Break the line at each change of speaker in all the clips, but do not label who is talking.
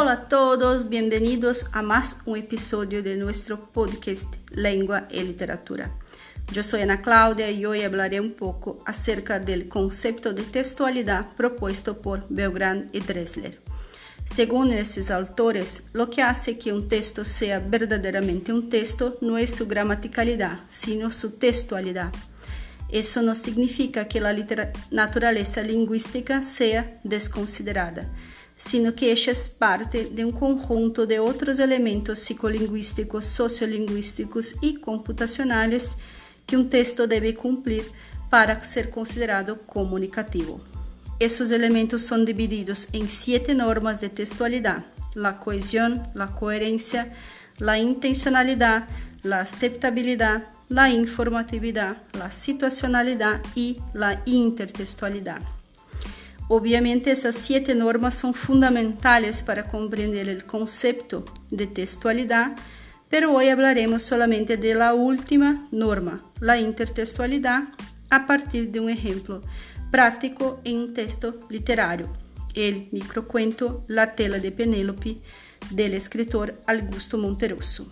Hola a todos, bienvenidos a más un episodio de nuestro podcast Lengua y Literatura. Yo soy Ana Claudia y hoy hablaré un poco acerca del concepto de textualidad propuesto por Belgrand y Dressler. Según estos autores, lo que hace que un texto sea verdaderamente un texto no es su gramaticalidad, sino su textualidad. Eso no significa que la naturaleza lingüística sea desconsiderada, sino que ella es parte de un conjunto de otros elementos psicolingüísticos, sociolingüísticos y computacionales que un texto debe cumplir para ser considerado comunicativo. Esos elementos son divididos en 7 normas de textualidad: la cohesión, la coherencia, la intencionalidad, la aceptabilidad, la informatividad, la situacionalidad y la intertextualidad. Obviamente esas 7 normas son fundamentales para comprender el concepto de textualidad, pero hoy hablaremos solamente de la última norma, la intertextualidad, a partir de un ejemplo práctico en un texto literario, el microcuento La tela de Penélope, del escritor Augusto Monterroso.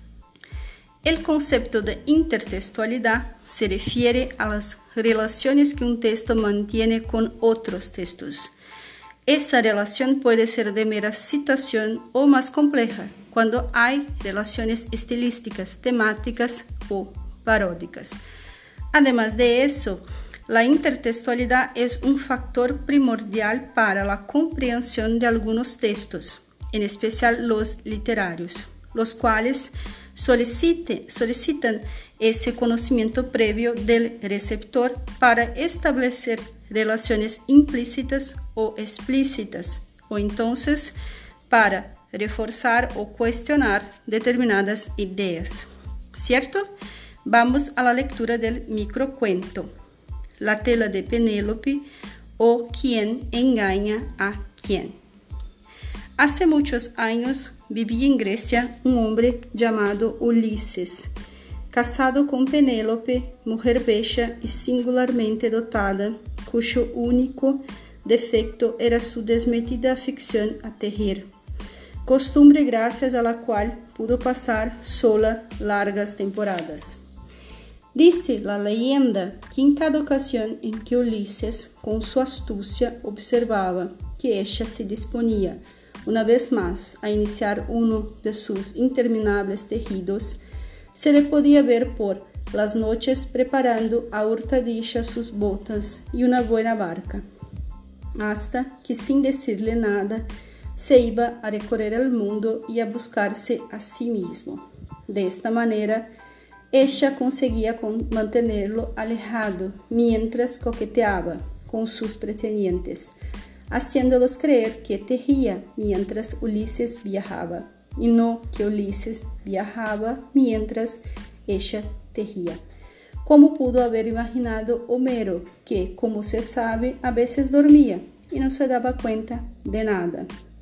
El concepto de intertextualidad se refiere a las relaciones que un texto mantiene con otros textos. Esta relación puede ser de mera citación o más compleja, cuando hay relaciones estilísticas, temáticas o paródicas. Además de eso, la intertextualidad es un factor primordial para la comprensión de algunos textos, en especial los literarios, los cuales solicitan ese conocimiento previo del receptor para establecer relaciones implícitas o explícitas, o entonces para reforzar o cuestionar determinadas ideas. ¿Cierto? Vamos a la lectura del microcuento, La tela de Penélope o ¿Quién engaña a quién? Hace muchos años vivía en Grecia un hombre llamado Ulises, casado con Penélope, mujer bella y singularmente dotada, cuyo único defecto era su desmedida afición a tejer, costumbre gracias a la cual pudo pasar sola largas temporadas. Dice la leyenda que en cada ocasión en que Ulises, con su astucia, observaba que ella se disponía una vez más a iniciar uno de sus interminables tejidos, se le podía ver por las noches preparando a hurtadillas sus botas y una buena barca, hasta que sin decirle nada se iba a recorrer el mundo y a buscarse a sí mismo. De esta manera, ella conseguía mantenerlo alejado mientras coqueteaba con sus pretendientes, haciéndolos creer que tejía mientras Ulises viajaba, y no que Ulises viajaba mientras ella tejía. Como pudo haber imaginado Homero, que, como se sabe, a veces dormía y no se daba cuenta de nada.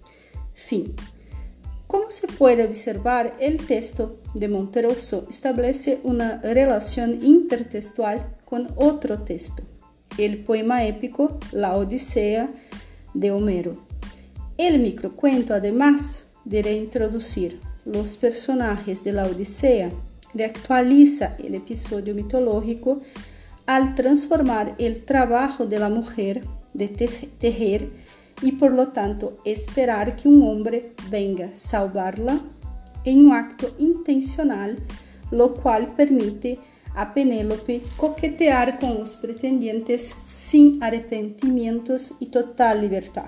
Fin. Como se puede observar, el texto de Monterroso establece una relación intertextual con otro texto, el poema épico La Odisea de Homero. El microcuento, además de reintroducir los personajes de la Odisea, reactualiza el episodio mitológico al transformar el trabajo de la mujer de tejer y por lo tanto esperar que un hombre venga a salvarla en un acto intencional, lo cual permite a Penélope coquetear con los pretendientes sin arrepentimientos y total libertad.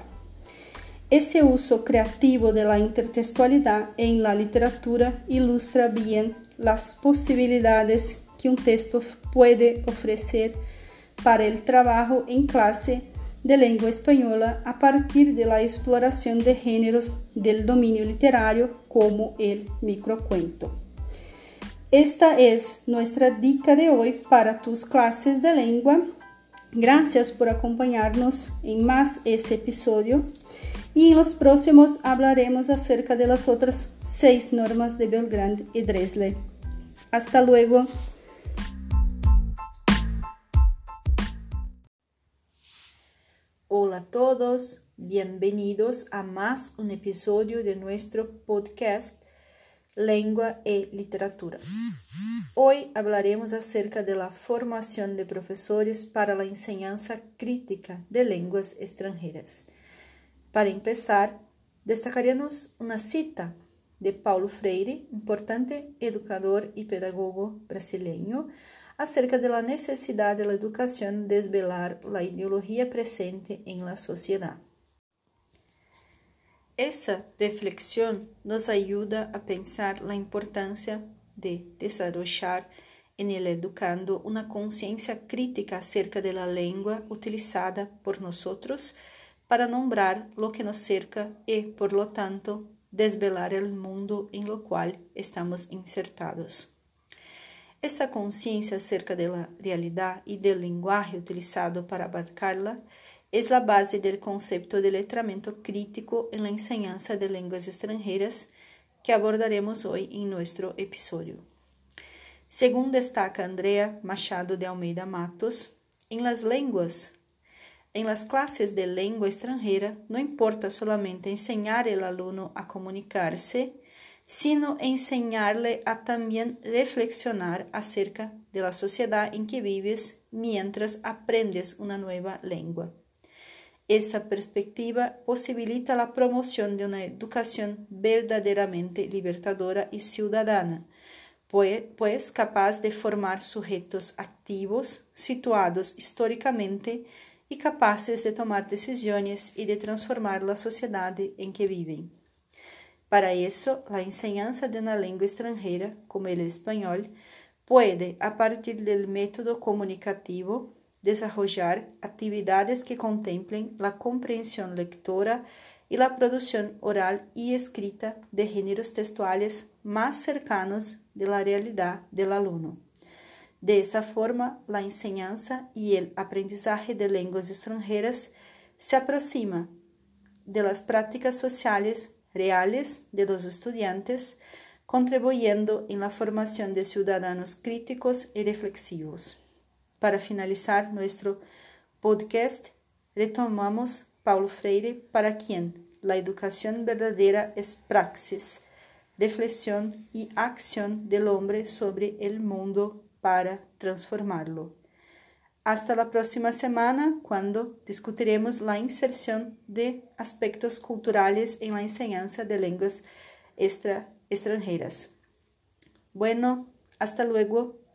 Ese uso creativo de la intertextualidad en la literatura ilustra bien las posibilidades que un texto puede ofrecer para el trabajo en clase de lengua española a partir de la exploración de géneros del dominio literario como el microcuento. Esta es nuestra dica de hoy para tus clases de lengua. Gracias por acompañarnos en más ese episodio y en los próximos hablaremos acerca de las otras 6 normas de Belgrand y Dressler. Hasta luego.
Hola Hola a todos, bienvenidos a más un episodio de nuestro podcast Lengua y Literatura. Hoy hablaremos acerca de la formación de profesores para la enseñanza crítica de lenguas extranjeras. Para empezar, destacaremos una cita de Paulo Freire, importante educador y pedagogo brasileño, acerca de la necesidad de la educación desvelar la ideología presente en la sociedad. Esa reflexión nos ayuda a pensar la importancia de desarrollar en el educando una conciencia crítica acerca de la lengua utilizada por nosotros para nombrar lo que nos cerca y, por lo tanto, desvelar el mundo en lo cual estamos insertados. Esa conciencia acerca de la realidad y del lenguaje utilizado para abarcarla es la base del concepto de letramento crítico en la enseñanza de lenguas extranjeras que abordaremos hoy en nuestro episodio. Según destaca Andrea Machado de Almeida Matos, en las clases de lengua extranjera no importa solamente enseñar al alumno a comunicarse, sino enseñarle a también reflexionar acerca de la sociedad en que vives mientras aprendes una nueva lengua. Esa perspectiva posibilita la promoción de una educación verdaderamente libertadora y ciudadana, pues capaz de formar sujetos activos, situados históricamente y capaces de tomar decisiones y de transformar la sociedad en que viven. Para eso, la enseñanza de una lengua extranjera, como el español, puede, a partir del método comunicativo, desarrollar actividades que contemplen la comprensión lectora y la producción oral y escrita de géneros textuales más cercanos de la realidad del alumno. De esa forma, la enseñanza y el aprendizaje de lenguas extranjeras se aproxima de las prácticas sociales reales de los estudiantes, contribuyendo en la formación de ciudadanos críticos y reflexivos. Para finalizar nuestro podcast, retomamos Paulo Freire, para quien la educación verdadera es praxis, reflexión y acción del hombre sobre el mundo para transformarlo. Hasta la próxima semana, cuando discutiremos la inserción de aspectos culturales en la enseñanza de lenguas extranjeras. Bueno, hasta luego.